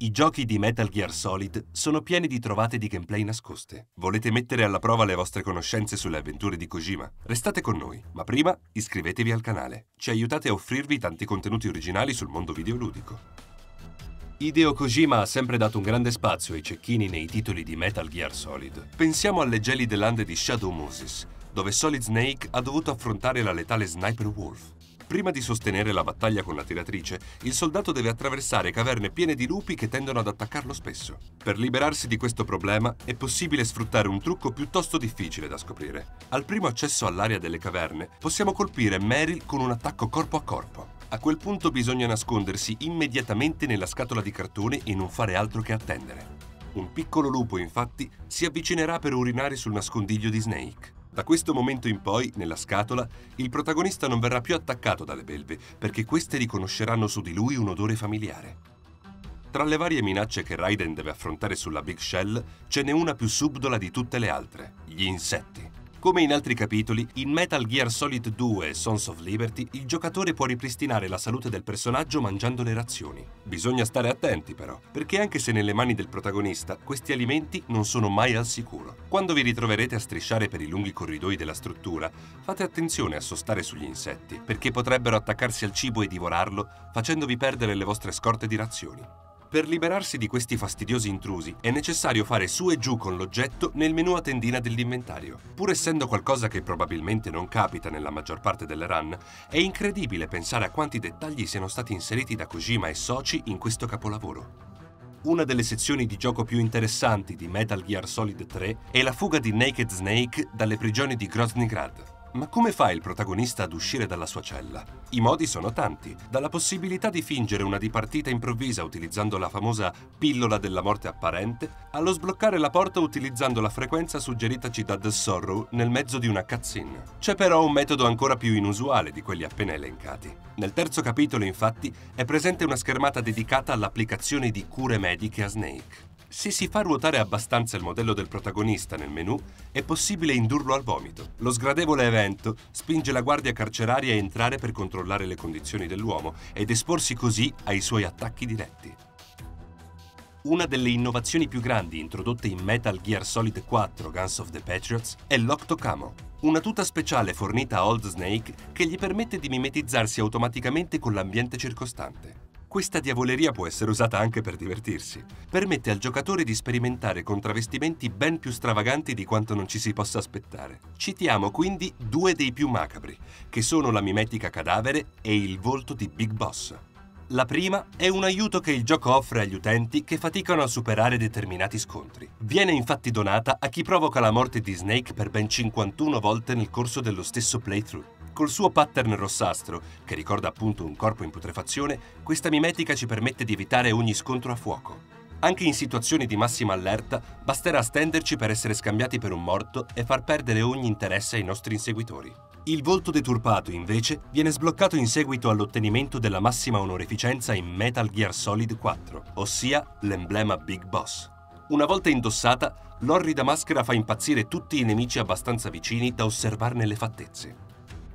I giochi di Metal Gear Solid sono pieni di trovate di gameplay nascoste. Volete mettere alla prova le vostre conoscenze sulle avventure di Kojima? Restate con noi, ma prima iscrivetevi al canale. Ci aiutate a offrirvi tanti contenuti originali sul mondo videoludico. Hideo Kojima ha sempre dato un grande spazio ai cecchini nei titoli di Metal Gear Solid. Pensiamo alle gelide lande di Shadow Moses, dove Solid Snake ha dovuto affrontare la letale Sniper Wolf. Prima di sostenere la battaglia con la tiratrice, il soldato deve attraversare caverne piene di lupi che tendono ad attaccarlo spesso. Per liberarsi di questo problema è possibile sfruttare un trucco piuttosto difficile da scoprire. Al primo accesso all'area delle caverne possiamo colpire Meryl con un attacco corpo a corpo. A quel punto bisogna nascondersi immediatamente nella scatola di cartone e non fare altro che attendere. Un piccolo lupo, infatti, si avvicinerà per urinare sul nascondiglio di Snake. Da questo momento in poi, nella scatola, il protagonista non verrà più attaccato dalle belve, perché queste riconosceranno su di lui un odore familiare. Tra le varie minacce che Raiden deve affrontare sulla Big Shell, ce n'è una più subdola di tutte le altre: gli insetti. Come in altri capitoli, in Metal Gear Solid 2 e Sons of Liberty, il giocatore può ripristinare la salute del personaggio mangiando le razioni. Bisogna stare attenti però, perché anche se nelle mani del protagonista, questi alimenti non sono mai al sicuro. Quando vi ritroverete a strisciare per i lunghi corridoi della struttura, fate attenzione a sostare sugli insetti, perché potrebbero attaccarsi al cibo e divorarlo, facendovi perdere le vostre scorte di razioni. Per liberarsi di questi fastidiosi intrusi è necessario fare su e giù con l'oggetto nel menu a tendina dell'inventario. Pur essendo qualcosa che probabilmente non capita nella maggior parte delle run, è incredibile pensare a quanti dettagli siano stati inseriti da Kojima e soci in questo capolavoro. Una delle sezioni di gioco più interessanti di Metal Gear Solid 3 è la fuga di Naked Snake dalle prigioni di Grozny Grad. Ma come fa il protagonista ad uscire dalla sua cella? I modi sono tanti, dalla possibilità di fingere una dipartita improvvisa utilizzando la famosa pillola della morte apparente, allo sbloccare la porta utilizzando la frequenza suggeritaci da The Sorrow nel mezzo di una cutscene. C'è però un metodo ancora più inusuale di quelli appena elencati. Nel terzo capitolo, infatti, è presente una schermata dedicata all'applicazione di cure mediche a Snake. Se si fa ruotare abbastanza il modello del protagonista nel menu, è possibile indurlo al vomito. Lo sgradevole evento spinge la guardia carceraria a entrare per controllare le condizioni dell'uomo ed esporsi così ai suoi attacchi diretti. Una delle innovazioni più grandi introdotte in Metal Gear Solid 4 Guns of the Patriots è l'Octocamo, una tuta speciale fornita a Old Snake che gli permette di mimetizzarsi automaticamente con l'ambiente circostante. Questa diavoleria può essere usata anche per divertirsi. Permette al giocatore di sperimentare con travestimenti ben più stravaganti di quanto non ci si possa aspettare. Citiamo quindi due dei più macabri, che sono la mimetica cadavere e il volto di Big Boss. La prima è un aiuto che il gioco offre agli utenti che faticano a superare determinati scontri. Viene infatti donata a chi provoca la morte di Snake per ben 51 volte nel corso dello stesso playthrough. Col suo pattern rossastro, che ricorda appunto un corpo in putrefazione, questa mimetica ci permette di evitare ogni scontro a fuoco. Anche in situazioni di massima allerta, basterà stenderci per essere scambiati per un morto e far perdere ogni interesse ai nostri inseguitori. Il volto deturpato, invece, viene sbloccato in seguito all'ottenimento della massima onorificenza in Metal Gear Solid 4, ossia l'emblema Big Boss. Una volta indossata, l'orrida maschera fa impazzire tutti i nemici abbastanza vicini da osservarne le fattezze.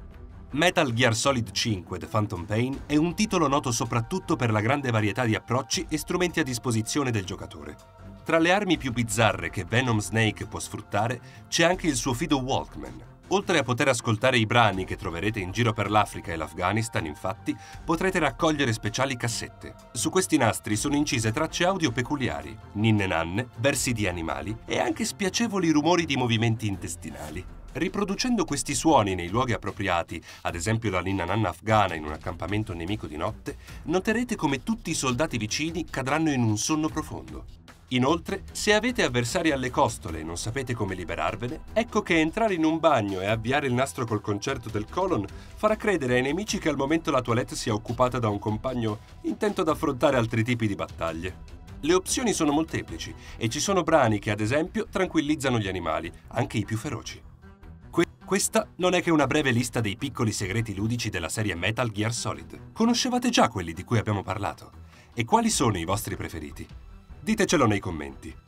Metal Gear Solid 5 The Phantom Pain è un titolo noto soprattutto per la grande varietà di approcci e strumenti a disposizione del giocatore. Tra le armi più bizzarre che Venom Snake può sfruttare c'è anche il suo fido Walkman. Oltre a poter ascoltare i brani che troverete in giro per l'Africa e l'Afghanistan, infatti, potrete raccogliere speciali cassette. Su questi nastri sono incise tracce audio peculiari, ninne nanne, versi di animali e anche spiacevoli rumori di movimenti intestinali. Riproducendo questi suoni nei luoghi appropriati, ad esempio la ninna nanna afghana in un accampamento nemico di notte, noterete come tutti i soldati vicini cadranno in un sonno profondo. Inoltre, se avete avversari alle costole e non sapete come liberarvene, ecco che entrare in un bagno e avviare il nastro col concerto del colon farà credere ai nemici che al momento la toilette sia occupata da un compagno intento ad affrontare altri tipi di battaglie. Le opzioni sono molteplici e ci sono brani che, ad esempio, tranquillizzano gli animali, anche i più feroci. Questa non è che una breve lista dei piccoli segreti ludici della serie Metal Gear Solid. Conoscevate già quelli di cui abbiamo parlato? E quali sono i vostri preferiti? Ditecelo nei commenti.